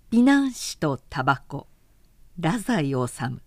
美男子とタバコ、太宰治。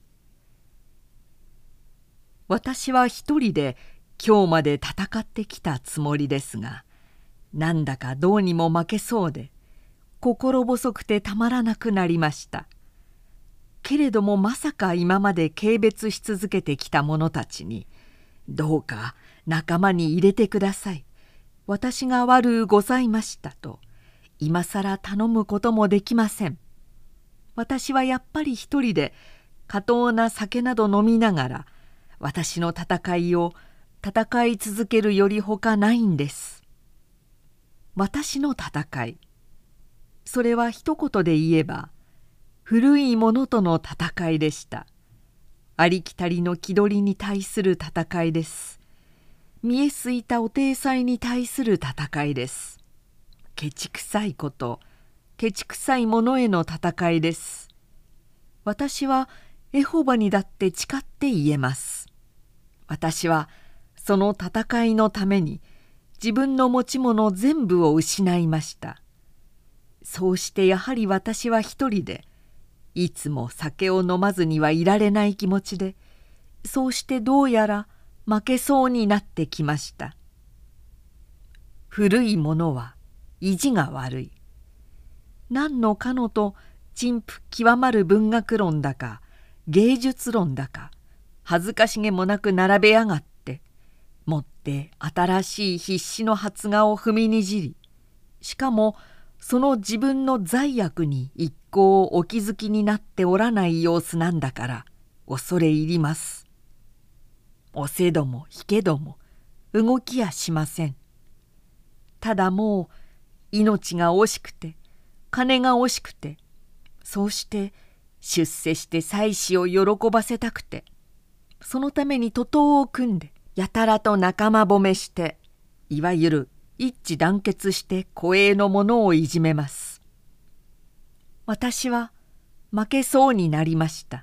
私は一人で今日まで戦ってきたつもりですが、なんだかどうにも負けそうで、心細くてたまらなくなりました。けれどもまさか今まで軽蔑し続けてきた者たちに、どうか仲間に入れてください。私が悪うございましたと、今さら頼むこともできません。私はやっぱり一人で過当な酒など飲みながら、私の戦いを戦い続けるよりほかないんです。私の戦い、それは一言で言えば、古いものとの戦いでした。ありきたりの気取りに対する戦いです。見えすいたお体裁に対する戦いです。ケチくさいこと、ケチくさいものへの戦いです。私はエホバにだって誓って言えます。私はその戦いのために自分の持ち物全部を失いました。そうしてやはり私は一人で、いつも酒を飲まずにはいられない気持ちで、そうしてどうやら負けそうになってきました。古いものは意地が悪い。何のかのと陳腐極まる文学論だか芸術論だか恥ずかしげもなく並べやがって、もって新しい必死の発芽を踏みにじり、しかもその自分の罪悪に一向お気づきになっておらない様子なんだから恐れ入ります。押せども引けども動きやしません。ただもう命が惜しくて金が惜しくて、そうして出世して妻子を喜ばせたくて、そのために徒党を組んでやたらと仲間褒めして、いわゆる一致団結して固営のものをいじめます。私は負けそうになりました。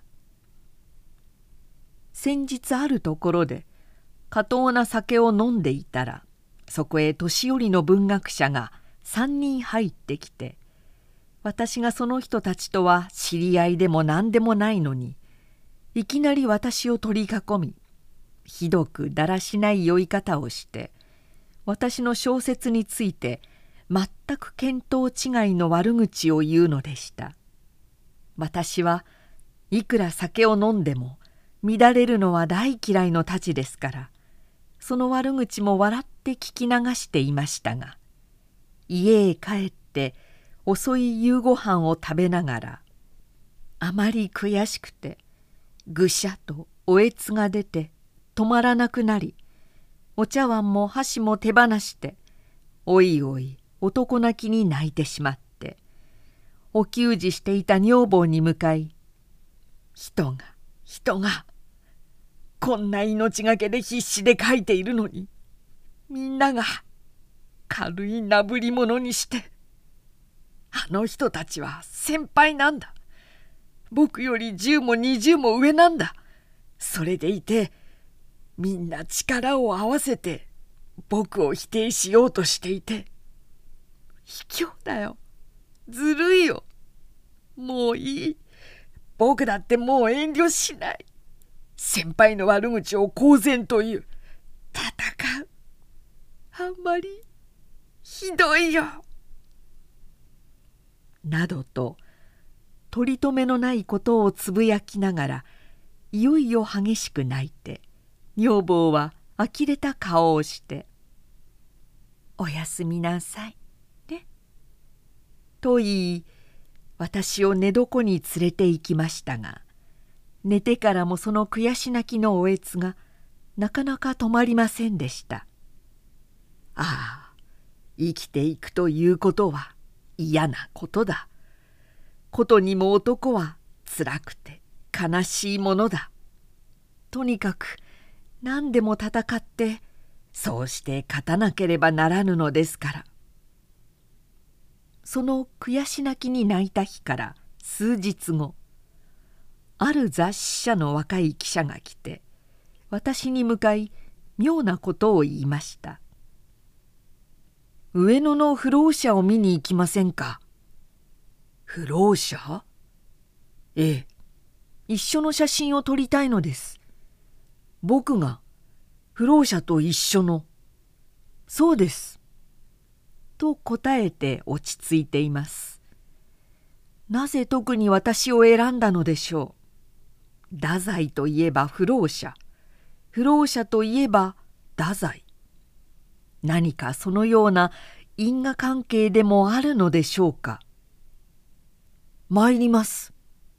先日あるところで過当な酒を飲んでいたら、そこへ年寄りの文学者が3人入ってきて、私がその人たちとは知り合いでも何でもないのに、いきなり私を取り囲み、ひどくだらしない酔い方をして、私の小説について全く見当違いの悪口を言うのでした。私はいくら酒を飲んでも乱れるのは大嫌いのたちですから、その悪口も笑って聞き流していましたが、家へ帰って遅い夕ごはんを食べながら、あまり悔しくてぐしゃとおえつが出て止まらなくなり、お茶碗も箸も手放して、おいおい男泣きに泣いてしまって、お給仕していた女房に向かい、人がこんな命がけで必死で書いているのに、みんなが軽いなぶり物にして、あの人たちは先輩なんだ。僕より10も20も上なんだ。それでいてみんな力を合わせて僕を否定しようとしていて、卑怯だよ。ずるいよ。もういい。僕だってもう遠慮しない。先輩の悪口を公然と言う。戦う。あんまりひどいよ。などと取り留めのないことをつぶやきながら、いよいよ激しく泣いて、女房は呆れた顔をして「おやすみなさいね」と言い、私を寝床に連れて行きましたが、寝てからもその悔し泣きのおえつがなかなか止まりませんでした。ああ、生きていくということは嫌なことだ。ことにも男はつらくて悲しいものだ。とにかく何でも戦って、そうして勝たなければならぬのですから。その悔し泣きに泣いた日から数日後、ある雑誌社の若い記者が来て、私に向かい妙なことを言いました。上野の不老者を見に行きませんか。 不老者？ええ、一緒の写真を撮りたいのです。僕が不老者と一緒の。そうです。と答えて落ち着いています。なぜ特に私を選んだのでしょう。太宰といえば不老者、不老者といえば太宰。何かそのような因果関係でもあるのでしょうか。参ります。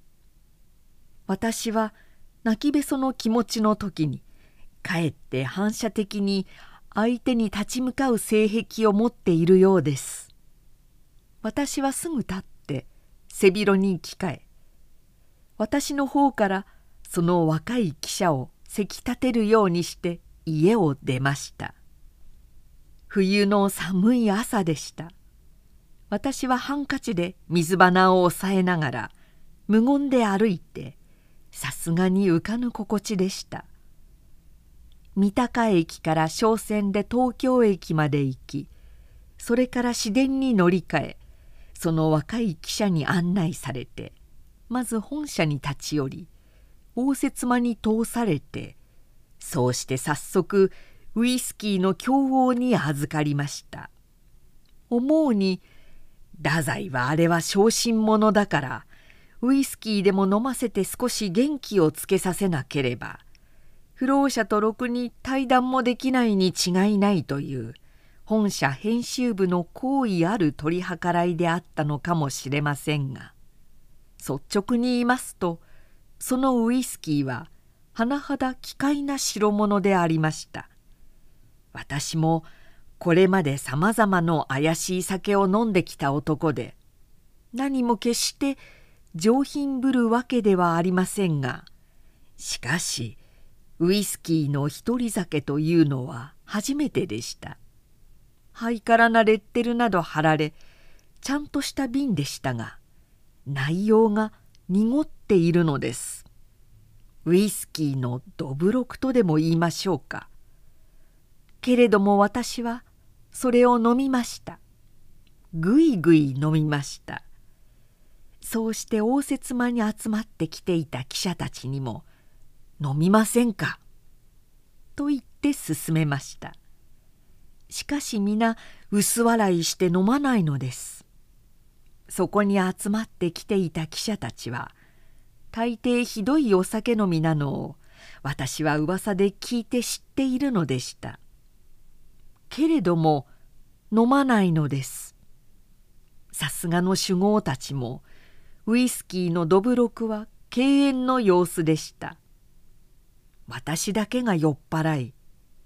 私は泣きべその気持ちの時にかえって反射的に相手に立ち向かう性癖を持っているようです。私はすぐ立って背広に着替え、私の方からその若い記者をせき立てるようにして家を出ました。冬の寒い朝でした。私はハンカチで水鼻を押さえながら無言で歩いて、さすがに浮かぬ心地でした。三鷹駅から商船で東京駅まで行き、それから市電に乗り換え、その若い記者に案内されて、まず本社に立ち寄り、応接間に通されて、そうして早速ウイスキーの供応に預かりました。思うに太宰はあれは小心者だから、ウイスキーでも飲ませて少し元気をつけさせなければ不老者とろくに対談もできないに違いないという本社編集部の好意ある取り計らいであったのかもしれませんが、率直に言いますとそのウイスキーは甚だ奇怪な代物でありました。私もこれまでさまざまの怪しい酒を飲んできた男で、何も決して上品ぶるわけではありませんが、しかしウイスキーの一人酒というのは初めてでした。ハイカラなレッテルなど貼られ、ちゃんとした瓶でしたが、内容が濁っているのです。ウイスキーのどぶろくとでも言いましょうか。けれども私はそれを飲みました。ぐいぐい飲みました。そうして応接間に集まってきていた記者たちにも「飲みませんか?」と言って勧めました。しかし皆薄笑いして飲まないのです。そこに集まってきていた記者たちは大抵ひどいお酒飲みなのを私は噂で聞いて知っているのでした。けれども飲まないのです。さすがの酒豪たちもウイスキーのどぶろくは敬遠の様子でした。私だけが酔っ払い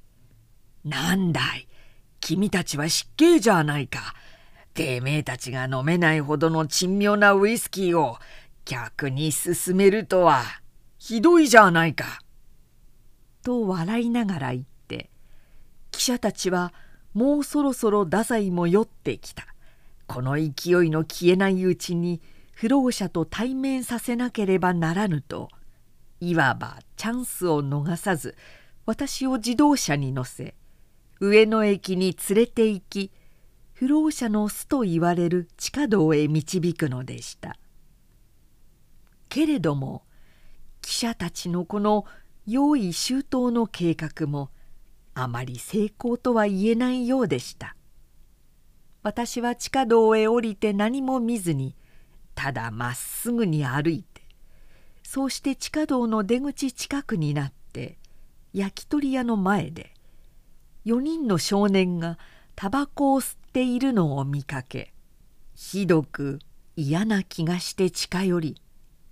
「なんだい、君たちは失敬じゃないか。てめえたちが飲めないほどの珍妙なウイスキーを客に勧めるとはひどいじゃないか」と笑いながら言って、記者たちはもうそろそろ太宰も酔ってきた。この勢いの消えないうちに不老者と対面させなければならぬと、いわばチャンスを逃さず私を自動車に乗せ上野駅に連れて行き、不老者の巣と言われる地下道へ導くのでした。けれども記者たちのこの用意周到の計画もあまり成功とは言えないようでした。私は地下道へ降りて何も見ずにただまっすぐに歩いて、そうして地下道の出口近くになって焼き鳥屋の前で4人の少年がタバコを吸っているのを見かけ、ひどく嫌な気がして近寄り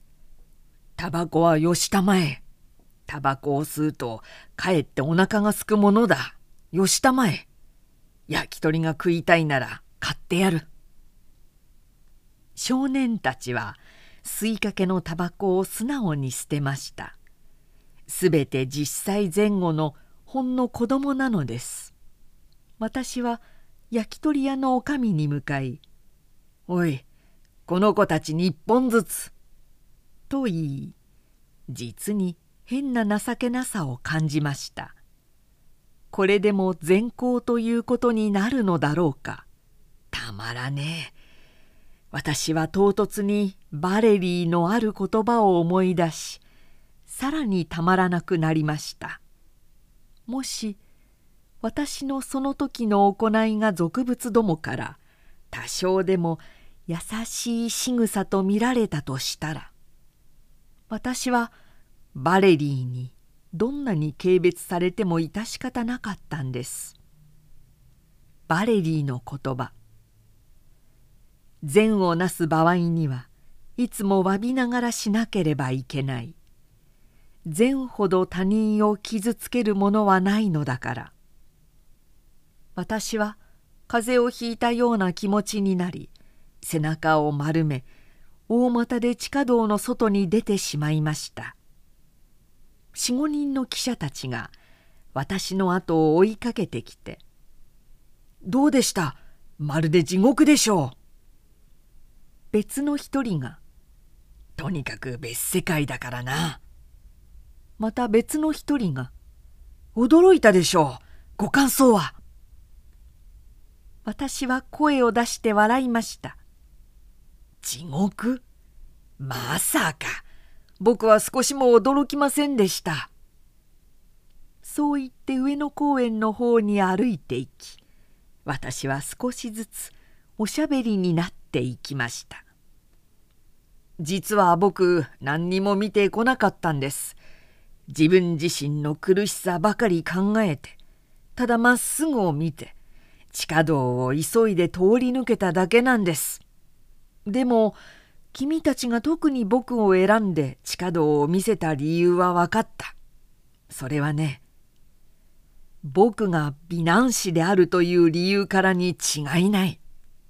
「タバコはよしたまえ。タバコを吸うとかえってお腹がすくものだ。よしたまえ。焼き鳥が食いたいなら買ってやる。」少年たちは吸いかけのタバコを素直に捨てました。すべて10歳前後のほんの子供なのです。私は焼き鳥屋の女将に向かい「おい、この子たちに1本ずつ」と言い、実に変な情けなさを感じました。これでも善行ということになるのだろうか。たまらねえ。 私は唐突にバレリーのある言葉を思い出し、さらにたまらなくなりました。もし私のその時の行いが俗物どもから多少でも優しい仕草と見られたとしたら、私はバレリーにどんなに軽蔑されても致し方なかったんです。バレリーの言葉。善をなす場合にはいつも詫びながらしなければいけない。善ほど他人を傷つけるものはないのだから。私は風邪をひいたような気持ちになり、背中を丸め、大股で地下道の外に出てしまいました。4、5人の記者たちが私の後を追いかけてきて、どうでした？まるで地獄でしょう。別の一人が、とにかく別世界だからな。また別の一人が、驚いたでしょう。ご感想は。私は声を出して笑いました。地獄？まさか。僕は少しも驚きませんでした。そう言って上野公園の方に歩いていき、私は少しずつおしゃべりになっていきました。実は僕、何にも見てこなかったんです。自分自身の苦しさばかり考えて、ただまっすぐを見て、地下道を急いで通り抜けただけなんです。でも君たちが特に僕を選んで地下道を見せた理由は分かった。それはね、僕が美男子であるという理由からに違いない。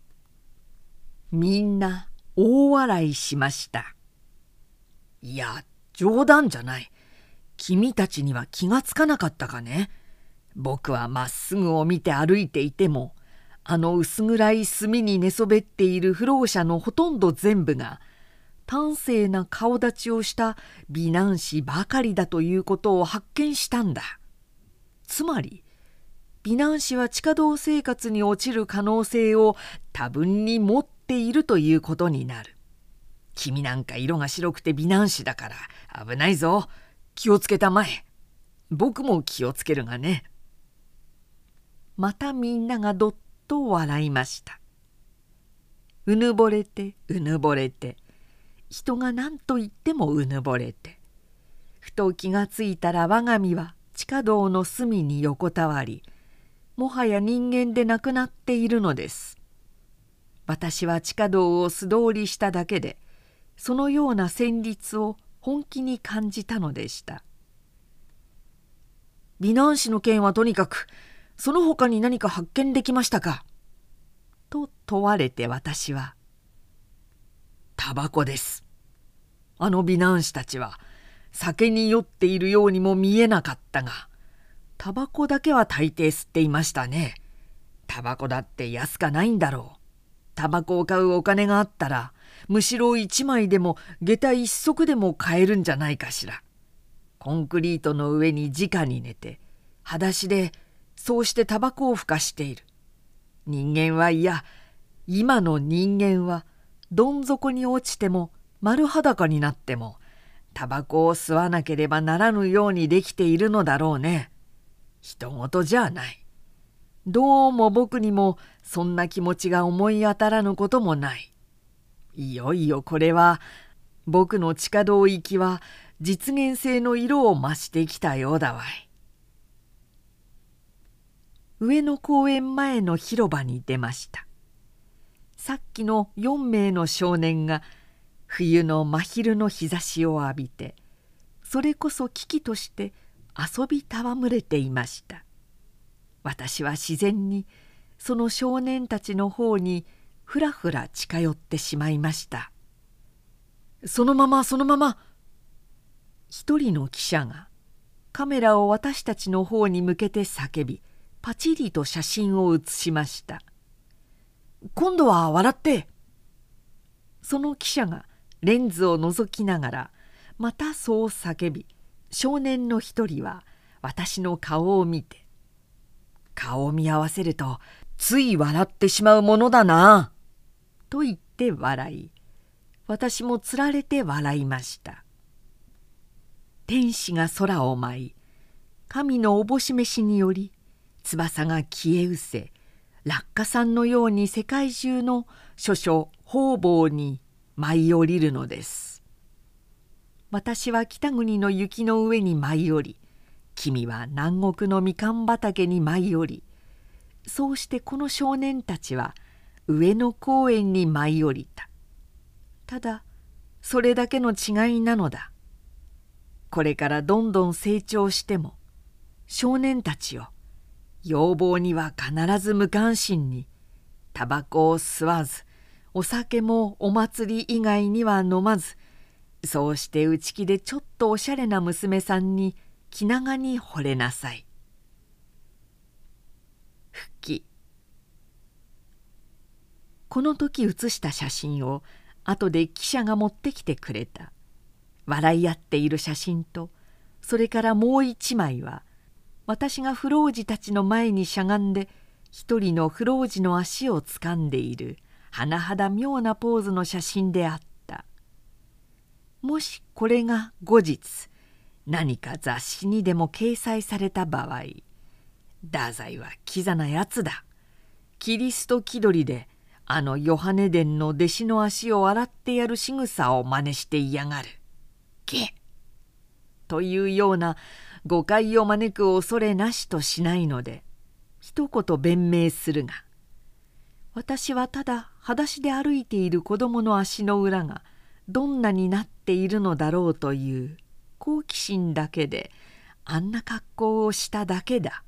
みんな大笑いしました。いや、冗談じゃない。君たちには気がつかなかったかね。僕はまっすぐを見て歩いていても、あの薄暗い隅に寝そべっている不老者のほとんど全部が端正な顔立ちをした美男子ばかりだということを発見したんだ。つまり美男子は地下道生活に落ちる可能性を多分に持っているということになる。君なんか色が白くて美男子だから危ないぞ。気をつけたまえ。僕も気をつけるがね。またみんながどっと笑いました。うぬぼれてうぬぼれて、人が何と言ってもうぬぼれて、ふと気がついたら我が身は地下道の隅に横たわり、もはや人間でなくなっているのです。私は地下道を素通りしただけで、そのような旋律を本気に感じたのでした。美男子の件はとにかく、その他に何か発見できましたか？と問われて私は、タバコです。あの美男子たちは酒に酔っているようにも見えなかったが、タバコだけは大抵吸っていましたね。タバコだって安かないんだろう。タバコを買うお金があったら、むしろ一枚でも下駄一足でも買えるんじゃないかしら。コンクリートの上に直に寝て、裸足でそうしてタバコをふかしている。人間はいや、今の人間はどん底に落ちても丸裸になってもタバコを吸わなければならぬようにできているのだろうね。人事じゃない。どうも僕にもそんな気持ちが思い当たらぬこともない。いよいよこれは僕の地下道行きは実現性の色を増してきたようだわい。上野公園前の広場に出ました。さっきの4名の少年が冬の真昼の日差しを浴びて、それこそ喜々として遊び戯れていました。私は自然にその少年たちの方にふらふら近寄ってしまいました。そのままそのまま。一人の記者がカメラを私たちの方に向けて叫び、パチリと写真を写しました。今度は笑って。その記者がレンズを覗きながらまたそう叫び、少年の一人は私の顔を見て、顔を見合わせるとつい笑ってしまうものだな、と言ってて笑い、私もつられて笑いました。天使が空を舞い、神のおぼし召により翼が消え失せ、落下傘のように世界中の諸々方々に舞い降りるのです。私は北国の雪の上に舞い降り、君は南国のみかん畑に舞い降り、そうしてこの少年たちは上野公園に舞い降りた。ただそれだけの違いなのだ。これからどんどん成長しても、少年たちよ、要望には必ず無関心に、タバコを吸わず、お酒もお祭り以外には飲まず、そうして内気でちょっとおしゃれな娘さんに気長に惚れなさい。復帰。この時写した写真を後で記者が持ってきてくれた。笑い合っている写真と、それからもう一枚は私が不老児たちの前にしゃがんで一人の不老児の足をつかんでいる甚だ妙なポーズの写真であった。もしこれが後日何か雑誌にでも掲載された場合、太宰はキザなやつだ、キリスト気取りであのヨハネ殿の弟子の足を洗ってやる仕草を真似していやがる、けというような誤解を招く恐れなしとしないので一言弁明するが、私はただ裸足で歩いている子供の足の裏がどんなになっているのだろうという好奇心だけであんな格好をしただけだ。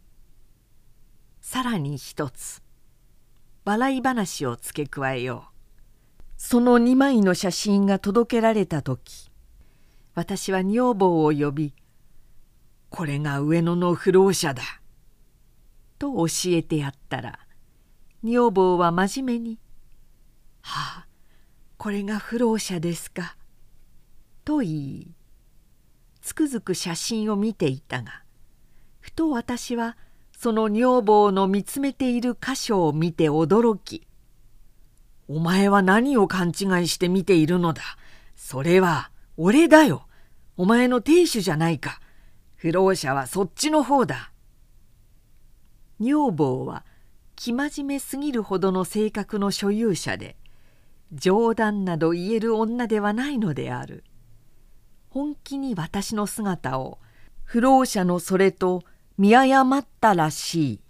さらに一つ笑い話を付け加えよう。その2枚の写真が届けられた時、私は女房を呼び、これが上野の不老者だと教えてやったら、女房は真面目に「はあ、これが不老者ですか」と言い、つくづく写真を見ていたが、ふと私はその女房の見つめている箇所を見て驚き、お前は何を勘違いして見ているのだ。それは俺だよ。お前の亭主じゃないか。不老者はそっちの方だ。女房は生真面目すぎるほどの性格の所有者で、冗談など言える女ではないのである。本気に私の姿を不老者のそれと見誤ったらしい。